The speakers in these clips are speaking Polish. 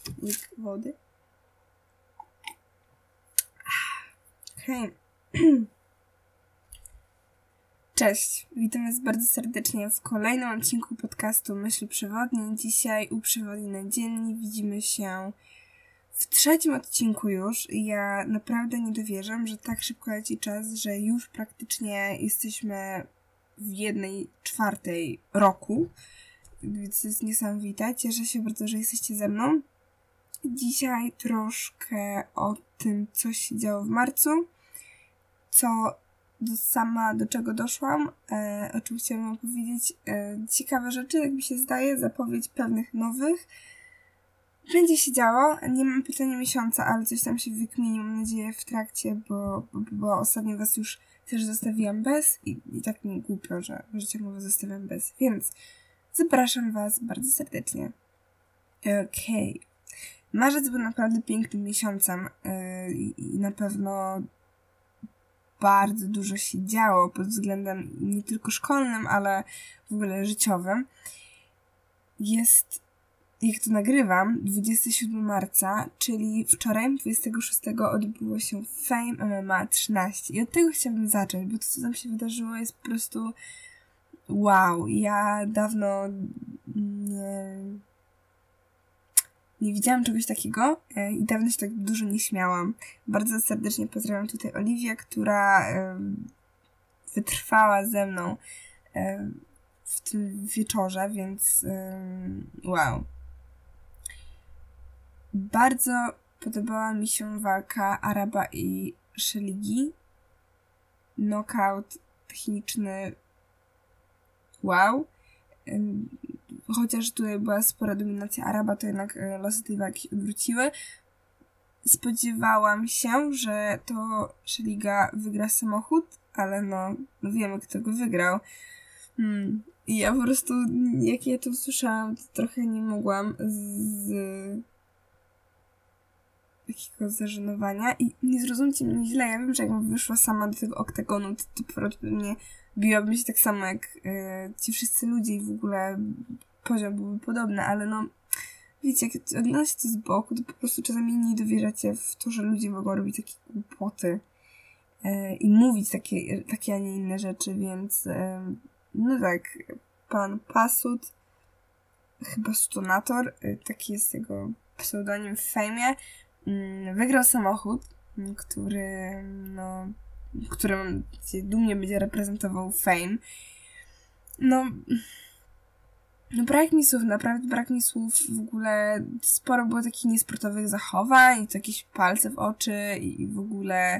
łyk wody. Okej. Cześć, witam Was bardzo serdecznie w kolejnym odcinku podcastu Myśli Przewodnie. Dzisiaj u Przewodni na Dzienni widzimy się w trzecim odcinku już. Ja naprawdę nie dowierzam, że tak szybko leci czas, że już praktycznie jesteśmy w 1/4 roku. Więc to jest niesamowite. Cieszę się bardzo, że jesteście ze mną. Dzisiaj troszkę o tym, co się działo w marcu, do czego doszłam, o czym chciałam opowiedzieć. Ciekawe rzeczy, jak mi się zdaje, zapowiedź pewnych nowych. Będzie się działo, nie mam pytania miesiąca, ale coś tam się wykmieni, mam nadzieję, w trakcie, bo ostatnio Was już też zostawiłam bez i tak mi głupio, że ciągle Was zostawiam bez, więc zapraszam Was bardzo serdecznie. Okej. Marzec był naprawdę pięknym miesiącem i na pewno bardzo dużo się działo pod względem nie tylko szkolnym, ale w ogóle życiowym. Jest, jak to nagrywam, 27 marca, czyli wczoraj, 26, odbyło się Fame MMA 13. I od tego chciałabym zacząć, bo to, co tam się wydarzyło, jest po prostu wow. Ja dawno nie widziałam czegoś takiego i dawno się tak dużo nie śmiałam. Bardzo serdecznie pozdrawiam tutaj Oliwię, która wytrwała ze mną w tym wieczorze, więc wow. Bardzo podobała mi się walka Araba i Szeligi. Knockout techniczny wow. Chociaż tutaj była spora dominacja Araba, to jednak losy tej walki się odwróciły. Spodziewałam się, że to Szeliga wygra samochód, ale no wiemy, kto go wygrał. I ja po prostu, jak ja to usłyszałam, to trochę nie mogłam z takiego zażenowania. I nie zrozumcie mnie źle, ja wiem, że jakbym wyszła sama do tego oktagonu, to prawdopodobnie biłabym się tak samo jak ci wszyscy ludzie i w ogóle poziom byłby podobny, ale no wiecie, jak ogląda się to z boku, to po prostu czasami nie dowierzacie w to, że ludzie mogą robić takie głupoty i mówić takie, a nie inne rzeczy, więc no tak, pan Pasut, chyba Stonator, taki jest jego pseudonim w fejmie, wygrał samochód, którym dumnie będzie reprezentował Fame. No brak mi słów, naprawdę brak mi słów. W ogóle sporo było takich niesportowych zachowań, i to jakieś palce w oczy i w ogóle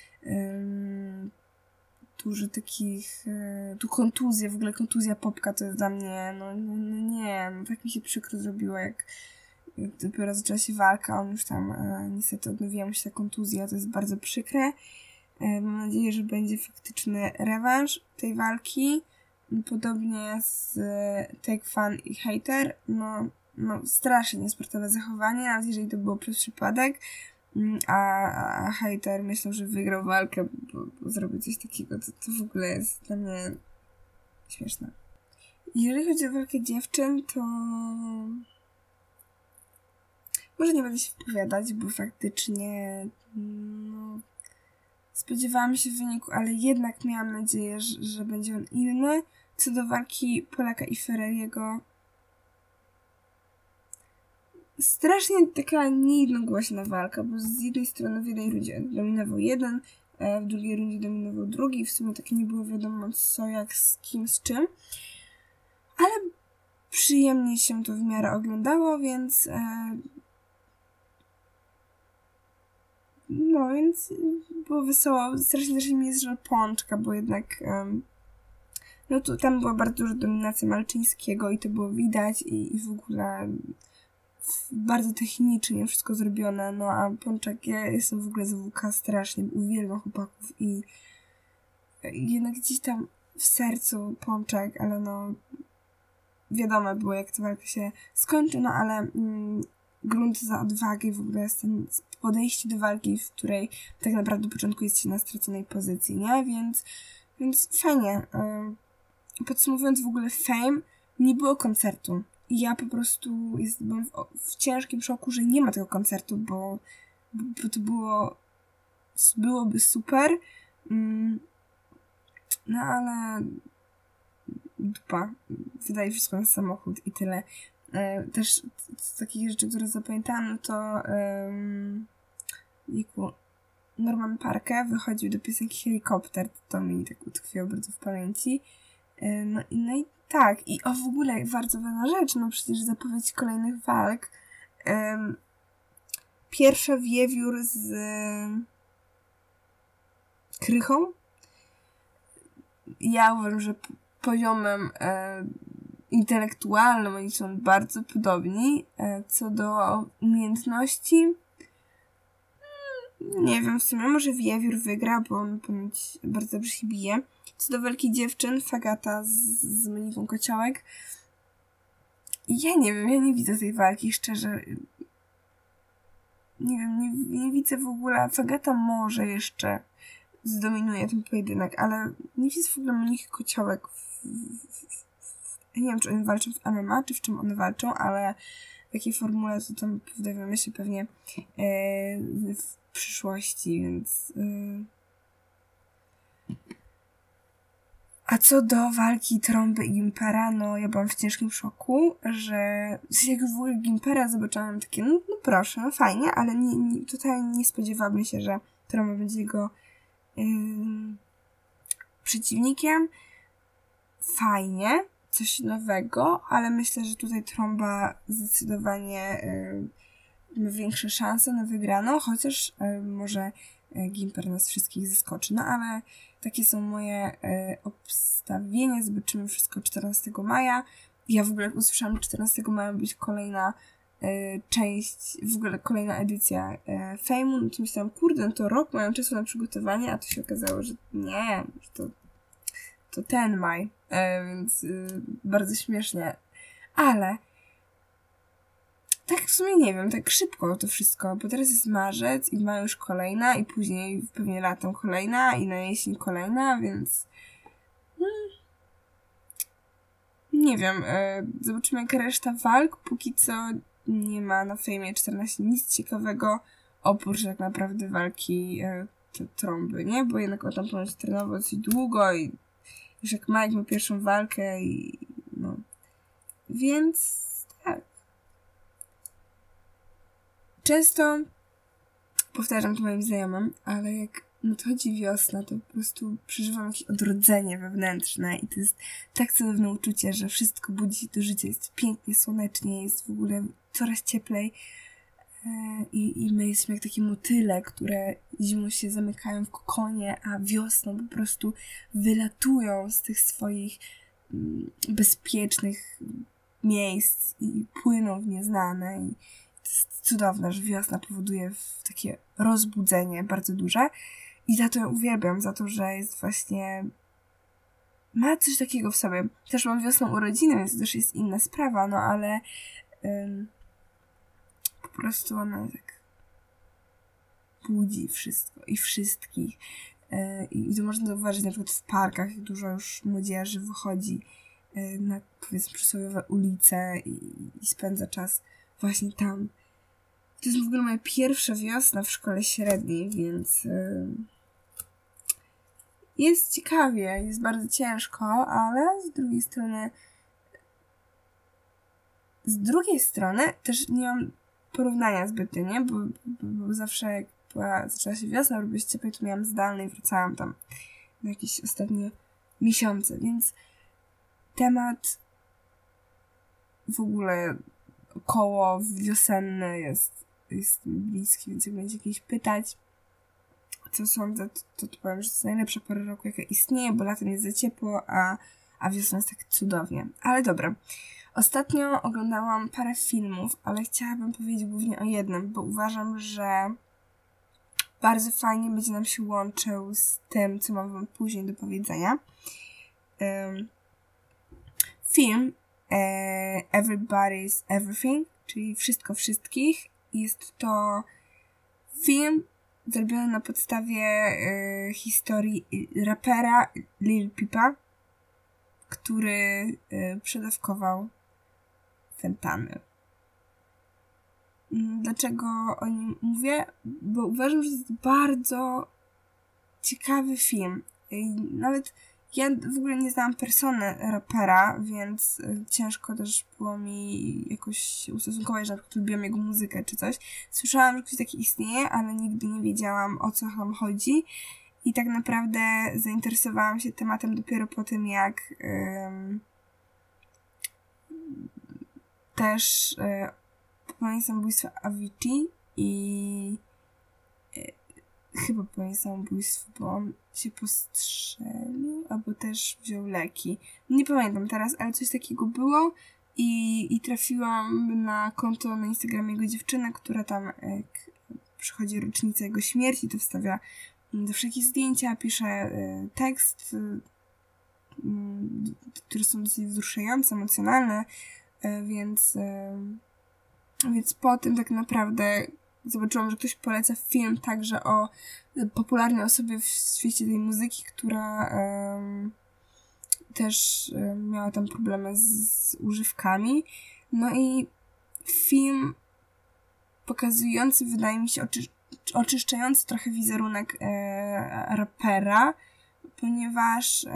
dużo takich tu kontuzje, w ogóle kontuzja Popka to jest dla mnie, tak mi się przykro zrobiło, jak dopiero zaczęła się walka, on już tam niestety odnowiła mu się ta kontuzja, to jest bardzo przykre. Mam nadzieję, że będzie faktyczny rewanż tej walki. Podobnie z Take Fun i Hater. No strasznie niesportowe zachowanie, nawet jeżeli to było przez przypadek. A Hater myślał, że wygrał walkę, bo zrobił coś takiego. To w ogóle jest dla mnie śmieszne. Jeżeli chodzi o walkę dziewczyn, to może nie będę się wypowiadać, bo faktycznie spodziewałam się wyniku, ale jednak miałam nadzieję, że będzie on inny. Co do walki Polaka i Ferreriego, strasznie taka niejednogłośna walka, bo z jednej strony w jednej rundzie dominował jeden, w drugiej rundzie dominował drugi, w sumie tak nie było wiadomo co, jak, z kim, z czym, ale przyjemnie się to w miarę oglądało, więc więc było wesoło. Strasznie mi jest żal Pączka, bo jednak to tam była bardzo duża dominacja Malczyńskiego i to było widać i w ogóle bardzo technicznie wszystko zrobione, a Pączek, ja jestem w ogóle za WK strasznie, uwielbiam chłopaków i jednak gdzieś tam w sercu Pączek, ale wiadomo było, jak ta walka się skończy, ale grunt za odwagę, w ogóle jest ten podejście do walki, w której tak naprawdę na początku jest się na straconej pozycji, nie? Więc fajnie. Podsumowując, w ogóle Fame, nie było koncertu. ja po prostu byłam w ciężkim szoku, że nie ma tego koncertu, bo to byłoby super. No ale dupa. Wydaje wszystko na samochód i tyle. Też z takich rzeczy, które zapamiętałam, no to Norman Parker wychodził do piosenki Helikopter. To mi tak utkwiło bardzo w pamięci. No i tak. I w ogóle bardzo ważna rzecz, no przecież zapowiedź kolejnych walk. Pierwsza wiewiór z Krychą. Ja uważam, że poziomem intelektualnym oni są bardzo podobni. Co do umiejętności, nie wiem, w sumie może Wiewiór wygra, bo on ponoć bardzo dobrze się bije. Co do walki dziewczyn, Fagata z Moniką Kociołek. Ja nie wiem, ja nie widzę tej walki, szczerze. Nie wiem, nie widzę w ogóle. Fagata może jeszcze zdominuje ten pojedynek, ale nie widzę w ogóle Moniki Kociołek nie wiem, czy oni walczą w MMA, czy w czym one walczą, ale w jakiej formule to tam dowiemy się pewnie w przyszłości, więc... A co do walki Trąby i Gimpera, no ja byłam w ciężkim szoku, że jak w ogóle Gimpera zobaczyłam takie, no proszę, no fajnie, ale totalnie nie spodziewałabym się, że Trąba będzie jego przeciwnikiem. Fajnie, coś nowego, ale myślę, że tutaj Trąba zdecydowanie ma większe szanse na wygraną, chociaż może Gimper nas wszystkich zaskoczy. No ale takie są moje obstawienia. Zobaczymy wszystko 14 maja. Ja w ogóle jak usłyszałam, że 14 maja ma być kolejna część, w ogóle kolejna edycja Fejmu, no to myślałam, kurde, no to rok mają czasu na przygotowanie, a to się okazało, że nie, że to ten maj, więc bardzo śmiesznie. Ale tak w sumie nie wiem, tak szybko to wszystko, bo teraz jest marzec i w maju już kolejna i później pewnie latem kolejna i na jesień kolejna, więc nie wiem, zobaczymy jaka reszta walk, póki co nie ma na Fejmie 14 nic ciekawego, oprócz tak naprawdę walki te Trąby, nie? Bo jednak on tam ponoć trenował dosyć długo i już jak Mike ma pierwszą walkę i no. Więc tak. Często powtarzam to moim znajomym, ale jak nadchodzi wiosna, to po prostu przeżywam jakieś odrodzenie wewnętrzne i to jest tak cudowne uczucie, że wszystko budzi do życia, jest pięknie, słonecznie, jest w ogóle coraz cieplej i my jesteśmy jak takie motyle, które zimą się zamykają w kokonie, a wiosną po prostu wylatują z tych swoich bezpiecznych miejsc i płyną w nieznane i to jest cudowne, że wiosna powoduje takie rozbudzenie bardzo duże i za to ją uwielbiam, za to, że jest właśnie ma coś takiego w sobie. Też mam wiosną urodziny, więc to też jest inna sprawa, no ale po prostu ona tak budzi wszystko i wszystkich. I to można zauważyć na przykład w parkach, jak dużo już młodzieży wychodzi na, powiedzmy, przysłowiowe ulice i spędza czas właśnie tam. To jest w ogóle moja pierwsza wiosna w szkole średniej, więc jest ciekawie, jest bardzo ciężko, ale z drugiej strony też nie mam porównania zbytnio, nie? Bo zawsze jak zaczęła się wiosna, robiło się cieplej, to miałam zdalne i wracałam tam na jakieś ostatnie miesiące, więc temat w ogóle około wiosenny jest mi bliski, więc jak będzie jakieś pytać, co sądzę, to powiem, że to jest najlepsza pora roku, jaka istnieje, bo latem jest za ciepło, a wiosną jest tak cudownie. Ale dobra. Ostatnio oglądałam parę filmów, ale chciałabym powiedzieć głównie o jednym, bo uważam, że bardzo fajnie będzie nam się łączył z tym, co mam wam później do powiedzenia. Film Everybody's Everything, czyli Wszystko Wszystkich. Jest to film zrobiony na podstawie historii rapera Lil Peepa, który przedawkował w fentanyl. Dlaczego o nim mówię? Bo uważam, że to jest bardzo ciekawy film. Nawet ja w ogóle nie znałam persony rapera, więc ciężko też było mi jakoś się ustosunkować, że na przykład lubiłam jego muzykę czy coś. Słyszałam, że ktoś taki istnieje, ale nigdy nie wiedziałam, o co tam chodzi. I tak naprawdę zainteresowałam się tematem dopiero po tym, jak też popełnił samobójstwo Avicii i chyba popełnił samobójstwo, bo on się postrzelił, albo też wziął leki. Nie pamiętam teraz, ale coś takiego było i trafiłam na konto na Instagramie jego dziewczyny, która tam jak przychodzi rocznica jego śmierci, to wstawia do wszelkich zdjęcia, pisze tekst, które są dosyć wzruszające, emocjonalne, więc po tym tak naprawdę zobaczyłam, że ktoś poleca film także o popularnej osobie w świecie tej muzyki, która też miała tam problemy z używkami. No i film pokazujący, wydaje mi się, oczyszczający trochę wizerunek rapera, ponieważ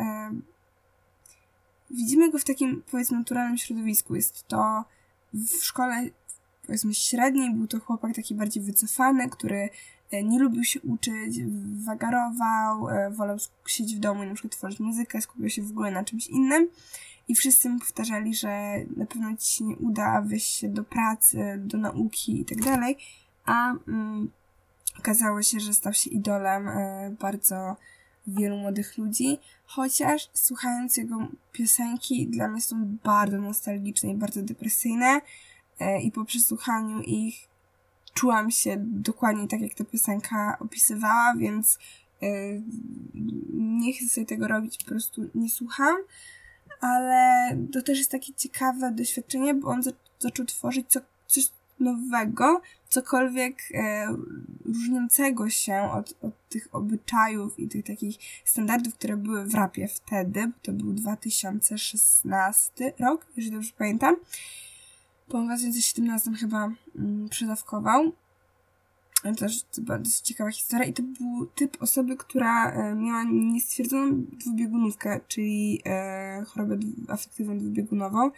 widzimy go w takim, powiedzmy, naturalnym środowisku. Jest to w szkole, powiedzmy, średniej, był to chłopak taki bardziej wycofany, który nie lubił się uczyć, wagarował, wolał siedzieć w domu i na przykład tworzyć muzykę, skupiał się w ogóle na czymś innym. I wszyscy mu powtarzali, że na pewno ci się nie uda, weź się do pracy, do nauki i tak dalej. A okazało się, że stał się idolem bardzo wielu młodych ludzi, chociaż słuchając jego piosenki dla mnie są bardzo nostalgiczne i bardzo depresyjne i po przesłuchaniu ich czułam się dokładnie tak, jak ta piosenka opisywała, więc nie chcę sobie tego robić, po prostu nie słucham, ale to też jest takie ciekawe doświadczenie, bo on zaczął tworzyć coś nowego, cokolwiek różniącego się od tych obyczajów i tych takich standardów, które były w rapie wtedy, bo to był 2016 rok, jeżeli dobrze pamiętam. Po 2017 chyba przedawkował. To też dosyć ciekawa historia i to był typ osoby, która miała niestwierdzoną dwubiegunówkę, czyli chorobę afektywną dwubiegunową.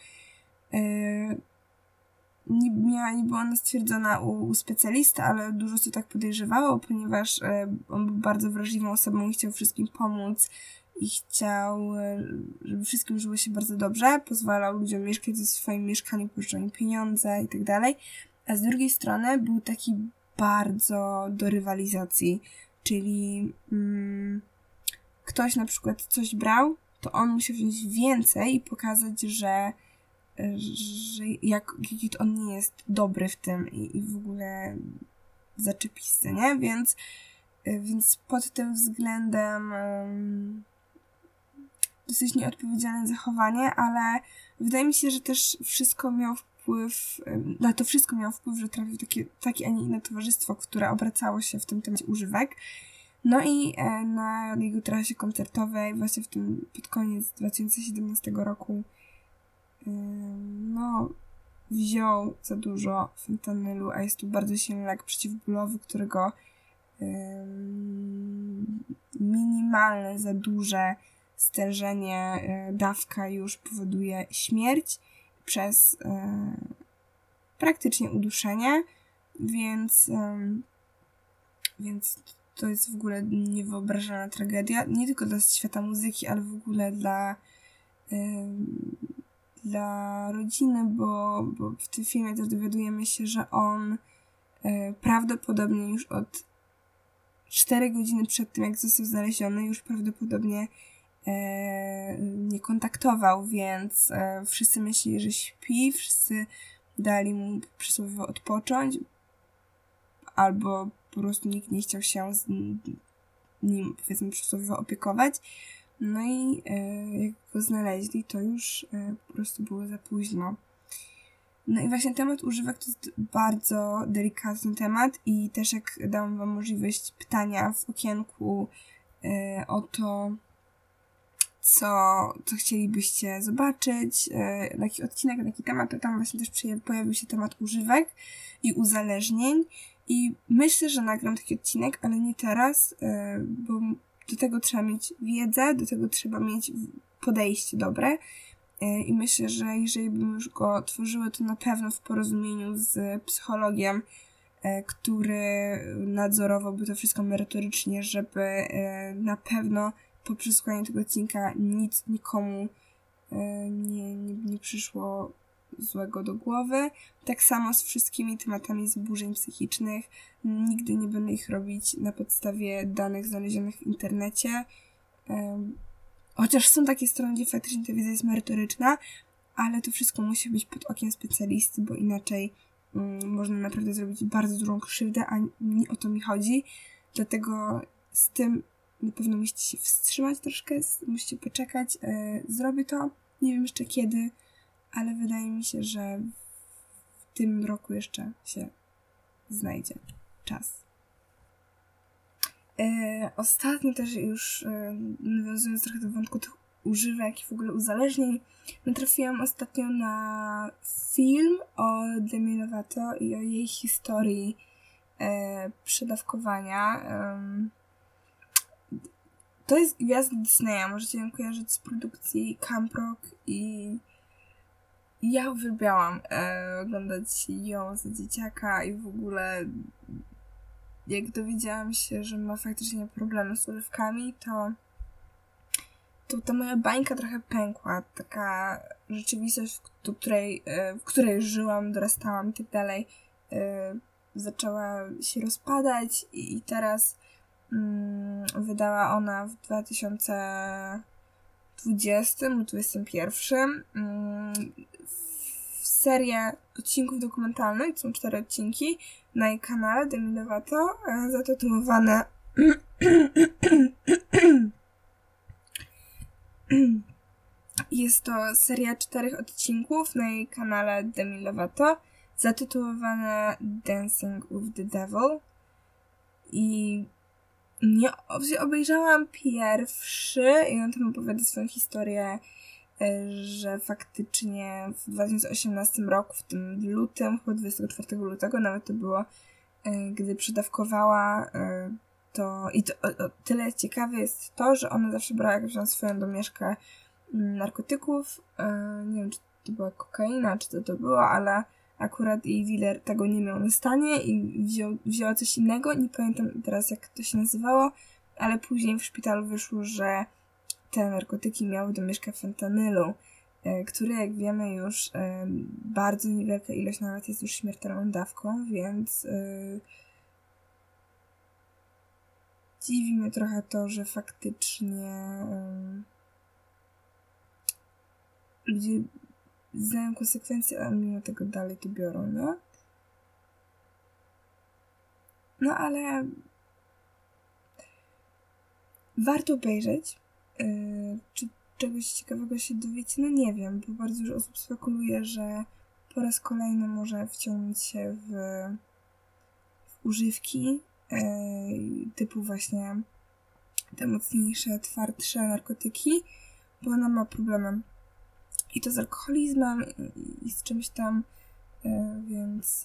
Nie była ona stwierdzona u specjalisty, ale dużo co tak podejrzewało, ponieważ on był bardzo wrażliwą osobą i chciał wszystkim pomóc i chciał, żeby wszystkim żyło się bardzo dobrze, pozwalał ludziom mieszkać w swoim mieszkaniu, pożyczał im pieniądze i tak dalej, a z drugiej strony był taki bardzo do rywalizacji, czyli ktoś na przykład coś brał, to on musiał wziąć więcej i pokazać, że jaki to on nie jest dobry w tym i w ogóle zaczepisty, nie? Więc pod tym względem dosyć nieodpowiedzialne zachowanie, ale wydaje mi się, że też wszystko miało wpływ, że trafił w takie, a nie inne towarzystwo, które obracało się w tym temacie używek. No i na jego trasie koncertowej właśnie pod koniec 2017 roku wziął za dużo fentanylu, a jest to bardzo silny lek przeciwbólowy, którego minimalne, za duże stężenie, dawka już powoduje śmierć przez praktycznie uduszenie, więc to jest w ogóle niewyobrażalna tragedia, nie tylko dla świata muzyki, ale w ogóle dla rodziny, bo w tym filmie też dowiadujemy się, że on prawdopodobnie już od 4 godziny przed tym, jak został znaleziony, już prawdopodobnie nie kontaktował, więc wszyscy myśleli, że śpi, wszyscy dali mu przysłowiowo odpocząć, albo po prostu nikt nie chciał się z nim, powiedzmy, przysłowiowo opiekować. No i jak go znaleźli, to już po prostu było za późno. No i właśnie temat używek to jest bardzo delikatny temat i też jak dałam wam możliwość pytania w okienku o to, co chcielibyście zobaczyć, jaki odcinek, jaki temat, to tam właśnie też pojawił się temat używek i uzależnień i myślę, że nagram taki odcinek, ale nie teraz, bo do tego trzeba mieć wiedzę, do tego trzeba mieć podejście dobre i myślę, że jeżeli bym już go tworzyła, to na pewno w porozumieniu z psychologiem, który nadzorowałby to wszystko merytorycznie, żeby na pewno po przesłuchaniu tego odcinka nic nikomu nie przyszło złego do głowy. Tak samo z wszystkimi tematami zaburzeń psychicznych. Nigdy nie będę ich robić na podstawie danych znalezionych w internecie. Chociaż są takie strony, gdzie faktycznie ta wiedza jest merytoryczna, ale to wszystko musi być pod okiem specjalisty, bo inaczej można naprawdę zrobić bardzo dużą krzywdę, a nie o to mi chodzi. Dlatego z tym na pewno musicie się wstrzymać troszkę, musicie poczekać. Zrobię to, nie wiem jeszcze kiedy, ale wydaje mi się, że w tym roku jeszcze się znajdzie czas. Ostatnio też już nawiązując trochę do wątku tych używek i w ogóle uzależnień, natrafiłam ostatnio na film o Demi Lovato i o jej historii przedawkowania. To jest gwiazda Disneya, możecie ją kojarzyć z produkcji Camp Rock i ja uwielbiałam oglądać ją za dzieciaka i w ogóle jak dowiedziałam się, że ma faktycznie problemy z używkami, to ta moja bańka trochę pękła. Taka rzeczywistość, w której żyłam, dorastałam i tak dalej, zaczęła się rozpadać i teraz wydała ona w 2020 lub 2021 serię odcinków dokumentalnych, są 4 odcinki, na jej kanale Demi Lovato, zatytułowane jest to seria 4 odcinków na jej kanale Demi Lovato, zatytułowane Dancing with the Devil. I nie obejrzałam pierwszy i on tam opowiada swoją historię, że faktycznie w 2018 roku, w tym lutym, chyba 24 lutego nawet to było, gdy przedawkowała to tyle ciekawe jest to, że ona zawsze brała jakąś tam swoją domieszkę narkotyków, nie wiem czy to była kokaina, czy to było, ale akurat jej dealer tego nie miał na stanie i wzięła coś innego, nie pamiętam teraz jak to się nazywało, ale później w szpitalu wyszło, że te narkotyki miały domieszkę fentanylu, który jak wiemy już bardzo niewielka ilość nawet jest już śmiertelną dawką, więc dziwi mnie trochę to, że faktycznie ludzie znają konsekwencje, a mimo tego dalej to biorą, no? No ale warto obejrzeć. Czy czegoś ciekawego się dowiecie? No nie wiem, bo bardzo dużo osób spekuluje, że po raz kolejny może wciągnąć się w używki typu właśnie te mocniejsze, twardsze narkotyki, bo ona ma problem i to z alkoholizmem i z czymś tam, więc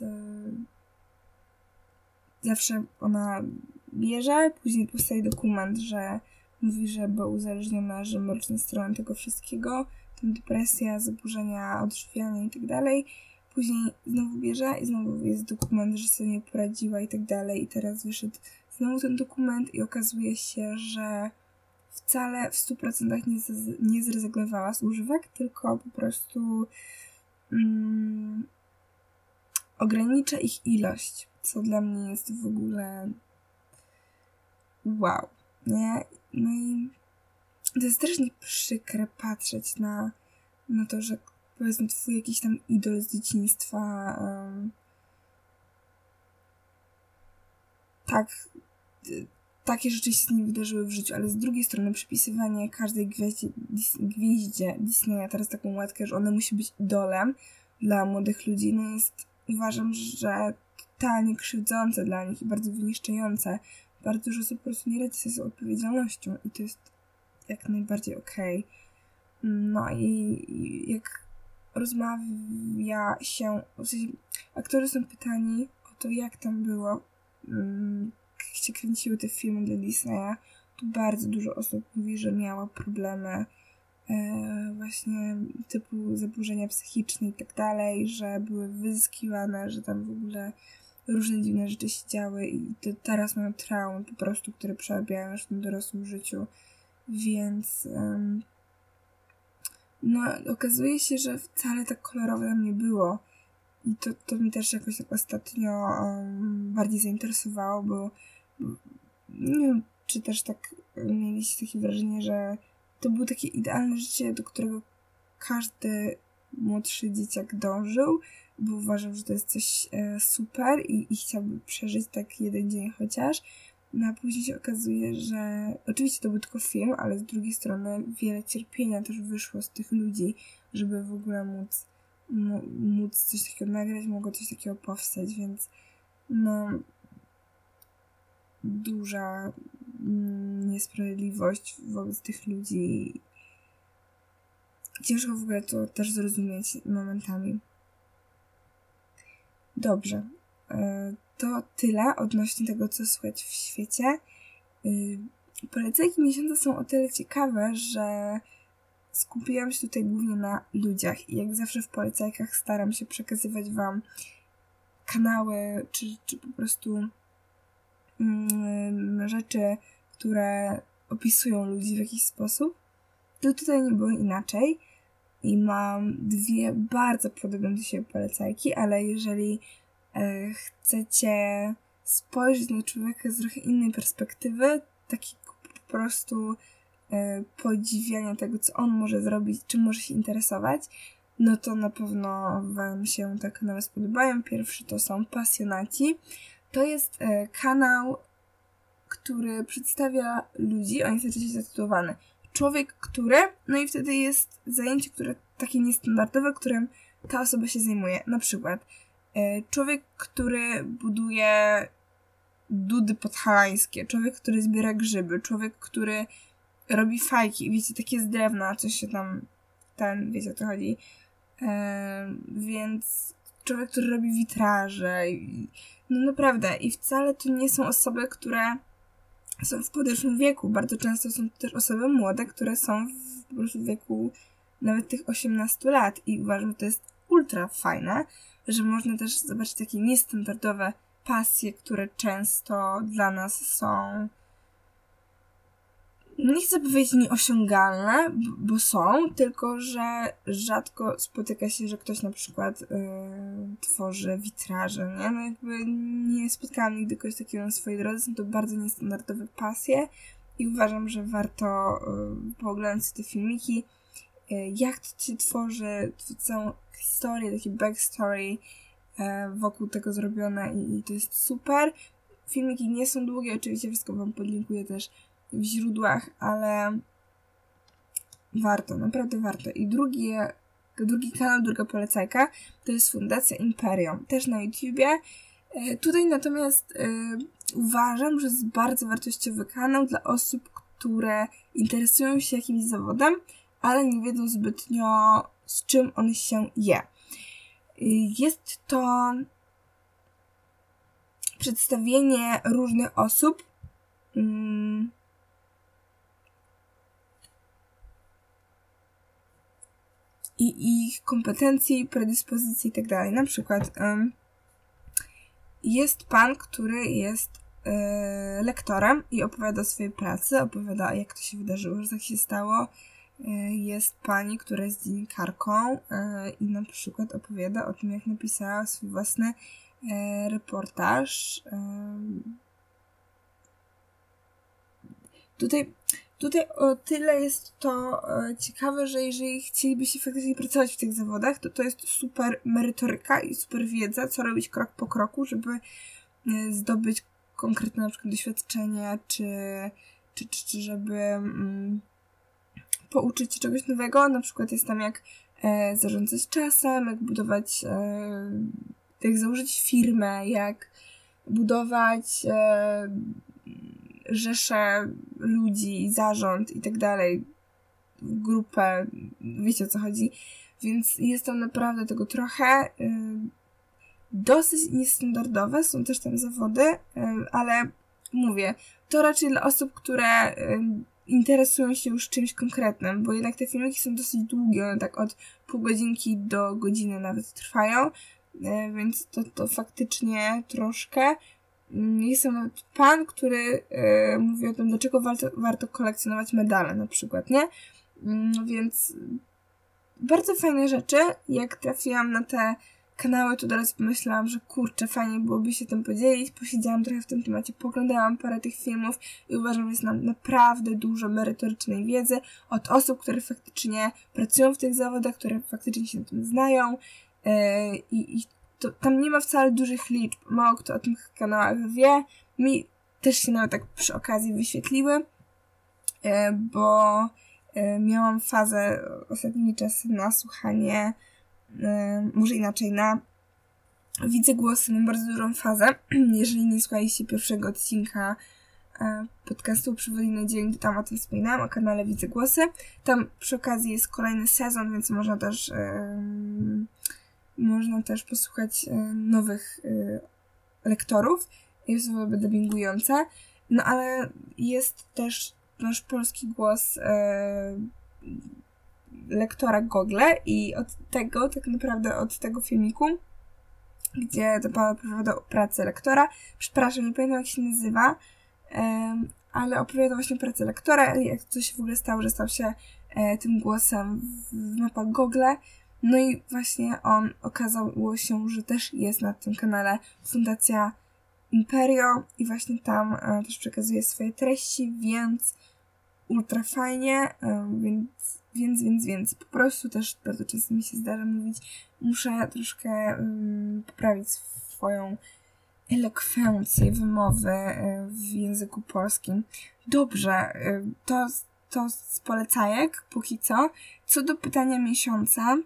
zawsze ona bierze, później powstaje dokument, że mówi, że była uzależniona, że mroczne strony tego wszystkiego, tam depresja, zaburzenia odżywiania i tak dalej. Później znowu bierze i znowu jest dokument, że sobie nie poradziła i tak dalej. I teraz wyszedł znowu ten dokument i okazuje się, że wcale w 100% nie zrezygnowała z używek, tylko po prostu ogranicza ich ilość, co dla mnie jest w ogóle wow, nie? No i to jest strasznie przykre patrzeć na to, że powiedzmy twój jakiś tam idol z dzieciństwa takie rzeczy się z nim wydarzyły w życiu, ale z drugiej strony przypisywanie każdej gwieździe Disneya teraz taką łatkę, że ona musi być idolem dla młodych ludzi, no jest, uważam, że totalnie krzywdzące dla nich i bardzo wyniszczające. Bardzo dużo osób po prostu nie radzi sobie z odpowiedzialnością i to jest jak najbardziej okej. No i jak rozmawia się, w sensie aktorzy są pytani o to, jak tam było, jak się kręciły te filmy dla Disneya, to bardzo dużo osób mówi, że miała problemy właśnie typu zaburzenia psychiczne i tak dalej, że były wyzyskiwane, że tam w ogóle różne dziwne rzeczy się działy i teraz mają traumy po prostu, które przerabiają już w tym dorosłym życiu, więc no okazuje się, że wcale tak kolorowe tam nie było i to mi też jakoś tak ostatnio bardziej zainteresowało, bo nie wiem, czy też tak mieliście takie wrażenie, że to było takie idealne życie, do którego każdy młodszy dzieciak dążył, bo uważał, że to jest coś super i chciałby przeżyć tak jeden dzień chociaż. No a później się okazuje, że oczywiście to był tylko film, ale z drugiej strony wiele cierpienia też wyszło z tych ludzi, żeby w ogóle móc coś takiego nagrać, mogło coś takiego powstać, więc no duża niesprawiedliwość wobec tych ludzi. Ciężko w ogóle to też zrozumieć momentami. Dobrze. To tyle odnośnie tego, co słychać w świecie. Polecajki miesiąca są o tyle ciekawe, że skupiłam się tutaj głównie na ludziach i jak zawsze w polecajkach staram się przekazywać wam kanały, czy po prostu rzeczy, które opisują ludzi w jakiś sposób. To tutaj nie było inaczej i mam dwie bardzo podobne do siebie polecajki, ale jeżeli chcecie spojrzeć na człowieka z trochę innej perspektywy, takiego po prostu podziwiania tego, co on może zrobić, czym może się interesować, no to na pewno wam się te kanały spodobają. Pierwszy to są Pasjonaci. To jest kanał, który przedstawia ludzi, on jest oczywiście zatytułowany Człowiek, który, no i wtedy jest zajęcie, które takie niestandardowe, którym ta osoba się zajmuje. Na przykład człowiek, który buduje dudy podhalańskie, człowiek, który zbiera grzyby, człowiek, który robi fajki, wiecie, takie z drewna, coś się tam, wiecie o co chodzi. Więc człowiek, który robi witraże. No naprawdę. I wcale to nie są osoby, które są w podeszłym wieku. Bardzo często są to też osoby młode, które są po prostu w wieku nawet tych 18 lat. I uważam, że to jest ultra fajne, że można też zobaczyć takie niestandardowe pasje, które często dla nas są, nie chcę powiedzieć nieosiągalne, bo są, tylko że rzadko spotyka się, że ktoś na przykład tworzy witraże, nie? No jakby nie spotkałam nigdy kogoś takiego na swojej drodze, są to bardzo niestandardowe pasje i uważam, że warto pooglądać te filmiki, jak to się tworzy, całą historię, taki backstory wokół tego zrobione i to jest super. Filmiki nie są długie, oczywiście wszystko wam podlinkuję też w źródłach, ale warto, naprawdę warto. I drugi kanał, druga polecajka to jest Fundacja Imperium, też na YouTubie. Tutaj natomiast uważam, że jest bardzo wartościowy kanał dla osób, które interesują się jakimś zawodem, ale nie wiedzą zbytnio, z czym on się je. Jest to przedstawienie różnych osób i ich kompetencji, predyspozycji i tak dalej. Na przykład jest pan, który jest lektorem i opowiada o swojej pracy, opowiada, jak to się wydarzyło, że tak się stało. Jest pani, która jest dziennikarką i na przykład opowiada o tym, jak napisała swój własny reportaż. Tutaj o tyle jest to ciekawe, że jeżeli chcielibyście faktycznie pracować w tych zawodach, to jest super merytoryka i super wiedza, co robić krok po kroku, żeby zdobyć konkretne na przykład doświadczenie, czy żeby pouczyć się czegoś nowego. Na przykład jest tam jak zarządzać czasem, jak budować, jak założyć firmę, jak budować rzesze ludzi, zarząd i tak dalej, grupę, wiecie o co chodzi, więc jest tam naprawdę tego trochę. Dosyć niestandardowe, są też tam zawody, ale mówię, to raczej dla osób, które interesują się już czymś konkretnym, bo jednak te filmiki są dosyć długie, one tak od pół godzinki do godziny nawet trwają, więc to faktycznie troszkę. Jest tam nawet pan, który mówi o tym, dlaczego warto kolekcjonować medale na przykład, nie? Więc bardzo fajne rzeczy. Jak trafiłam na te kanały, to teraz pomyślałam, że kurczę, fajnie byłoby się tym podzielić. Posiedziałam trochę w tym temacie, poglądałam parę tych filmów i uważam, że jest nam naprawdę dużo merytorycznej wiedzy od osób, które faktycznie pracują w tych zawodach, które faktycznie się na tym znają i to, tam nie ma wcale dużych liczb. Mało kto o tych kanałach wie. Mi też się nawet tak przy okazji wyświetliły, bo miałam fazę ostatnimi czasy na słuchanie, może inaczej, na Widzę Głosy, mam bardzo dużą fazę. Jeżeli nie słuchaliście pierwszego odcinka podcastu Przewodni dzień, to tam o tym wspominałam, o kanale Widzę Głosy. Tam przy okazji jest kolejny sezon, więc można też posłuchać nowych lektorów. Jest osoby dubbingujące. No ale jest też nasz polski głos lektora Google i od tego filmiku, gdzie to pan opowiada o pracy lektora. Przepraszam, nie pamiętam jak się nazywa, ale opowiada właśnie o pracy lektora i jak to się w ogóle stało, że stał się tym głosem w mapach Google. No i właśnie okazało się, że też jest na tym kanale Fundacja Imperio i właśnie tam też przekazuje swoje treści, więc ultra fajnie, więc po prostu też bardzo często mi się zdarza mówić, muszę troszkę poprawić swoją elokwencję wymowy w języku polskim. Dobrze, to z polecajek póki co. Co do pytania miesiąca,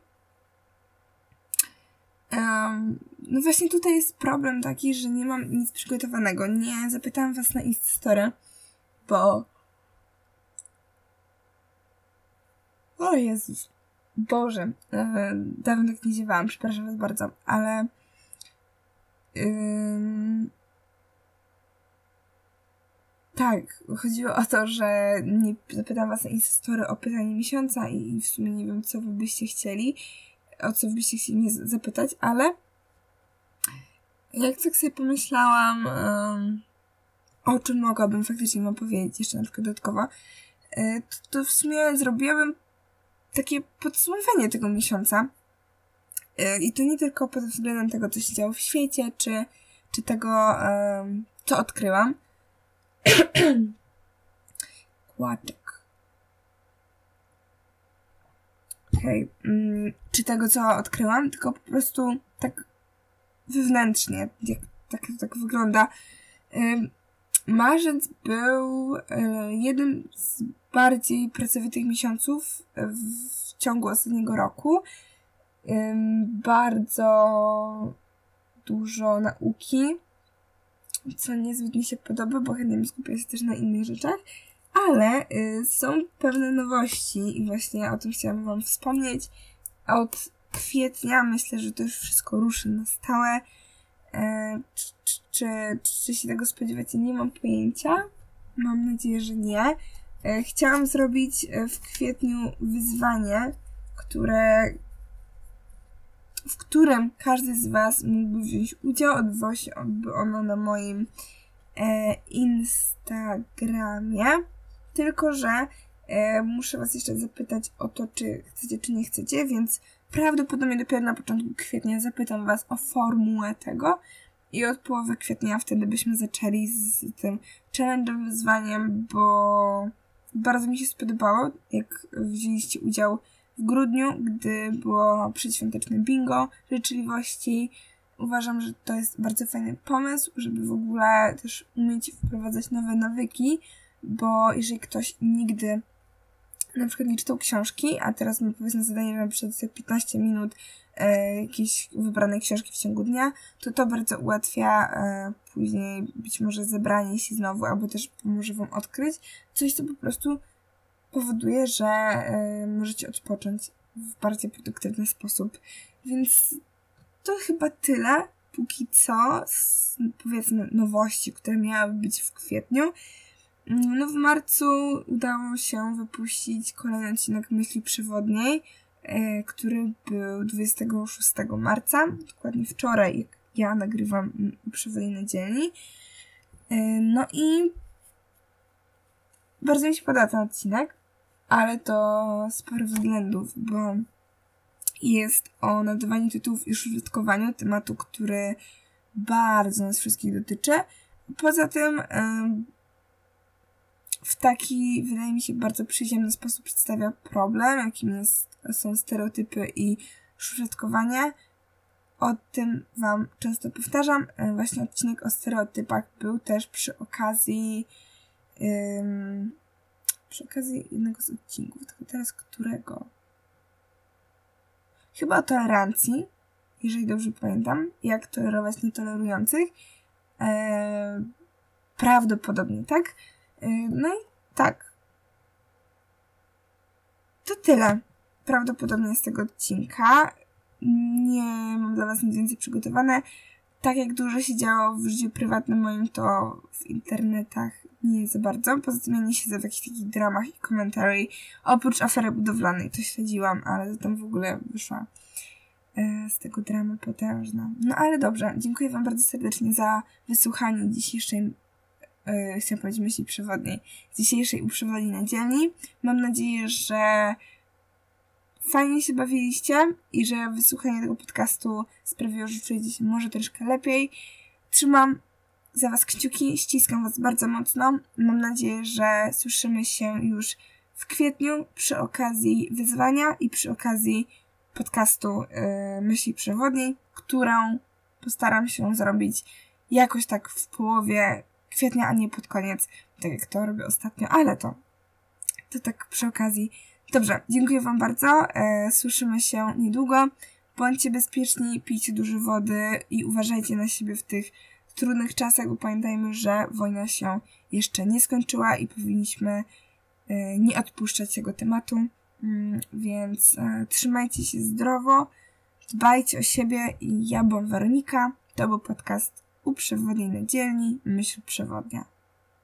no właśnie tutaj jest problem taki, że nie mam nic przygotowanego. Nie zapytałam was na Instastory, bo o Jezus, Boże, dawno tak nie ziewałam, przepraszam was bardzo, ale tak, chodziło o to, że nie zapytałam was na Instastory o pytanie miesiąca i w sumie nie wiem, co wy byście chcieli, o co byście chcieli mnie zapytać, ale jak tak sobie pomyślałam, o czym mogłabym faktycznie wam powiedzieć jeszcze na przykład dodatkowo, to w sumie zrobiłabym takie podsumowanie tego miesiąca. I to nie tylko pod względem tego, co się działo w świecie, czy tego, co odkryłam. Kłaczek. Okej. Czy tego, co odkryłam, tylko po prostu tak wewnętrznie, jak tak wygląda. Marzec był jednym z bardziej pracowitych miesiąców w ciągu ostatniego roku. Bardzo dużo nauki, co niezbyt mi się podoba, bo chętnie skupię się też na innych rzeczach, ale są pewne nowości i właśnie o tym chciałam wam wspomnieć. Od kwietnia myślę, że to już wszystko ruszy na stałe. Czy się tego spodziewacie? Nie mam pojęcia. Mam nadzieję, że nie. Chciałam zrobić w kwietniu wyzwanie, w którym każdy z was mógłby wziąć udział. Odbywało się ono na moim Instagramie. Tylko że muszę was jeszcze zapytać o to, czy chcecie, czy nie chcecie, więc prawdopodobnie dopiero na początku kwietnia zapytam was o formułę tego i od połowy kwietnia wtedy byśmy zaczęli z tym challenge'em, wyzwaniem, bo bardzo mi się spodobało, jak wzięliście udział w grudniu, gdy było przedświąteczne bingo życzliwości. Uważam, że to jest bardzo fajny pomysł, żeby w ogóle też umieć wprowadzać nowe nawyki, bo jeżeli ktoś nigdy na przykład nie czytał książki, a teraz ma powiedzmy zadanie, że na przykład 15 minut jakiejś wybranej książki w ciągu dnia, to bardzo ułatwia później być może zebranie się znowu, albo też pomoże wam odkryć coś, co po prostu powoduje, że możecie odpocząć w bardziej produktywny sposób. Więc to chyba tyle, póki co, z powiedzmy nowości, które miały być w kwietniu. No w marcu udało się wypuścić kolejny odcinek Myśli Przewodniej, który był 26 marca, dokładnie wczoraj, jak ja nagrywam Przewodnie na dzielni. No i bardzo mi się podoba ten odcinek, ale to z paru względów, bo jest o nadawaniu tytułów i użytkowaniu, tematu, który bardzo nas wszystkich dotyczy. Poza tym w taki, wydaje mi się, bardzo przyziemny sposób przedstawia problem, jakim są stereotypy i szufladkowanie. O tym wam często powtarzam. Właśnie odcinek o stereotypach był też przy okazji jednego z odcinków, tylko teraz którego? Chyba o tolerancji, jeżeli dobrze pamiętam, jak tolerować nietolerujących. Prawdopodobnie, tak? No i tak. To tyle prawdopodobnie z tego odcinka. Nie mam dla was nic więcej przygotowane. Tak jak dużo się działo w życiu prywatnym moim, to w internetach nie za bardzo. Poza tym ja nie siedzę w jakichś takich dramach i komentarzy. Oprócz afery budowlanej, to śledziłam, ale to tam w ogóle wyszła z tego drama potężna. No ale dobrze, dziękuję wam bardzo serdecznie za wysłuchanie dzisiejszej chciałam powiedzieć myśli przewodniej, z dzisiejszej Przewodni na dzielni. Mam nadzieję, że fajnie się bawiliście i że wysłuchanie tego podcastu sprawiło, że czujecie się może troszkę lepiej. Trzymam za was kciuki, ściskam was bardzo mocno. Mam nadzieję, że słyszymy się już w kwietniu przy okazji wyzwania i przy okazji podcastu Myśli Przewodniej, którą postaram się zrobić jakoś tak w połowie kwietnia, a nie pod koniec, tak jak to robię ostatnio, ale to tak przy okazji. Dobrze, dziękuję wam bardzo, słyszymy się niedługo. Bądźcie bezpieczni, pijcie dużo wody i uważajcie na siebie w tych trudnych czasach, bo pamiętajmy, że wojna się jeszcze nie skończyła i powinniśmy nie odpuszczać tego tematu, więc trzymajcie się zdrowo, dbajcie o siebie i ja byłam Weronika, to był podcast Przewodniej na dzielni, Myśl Przewodnia.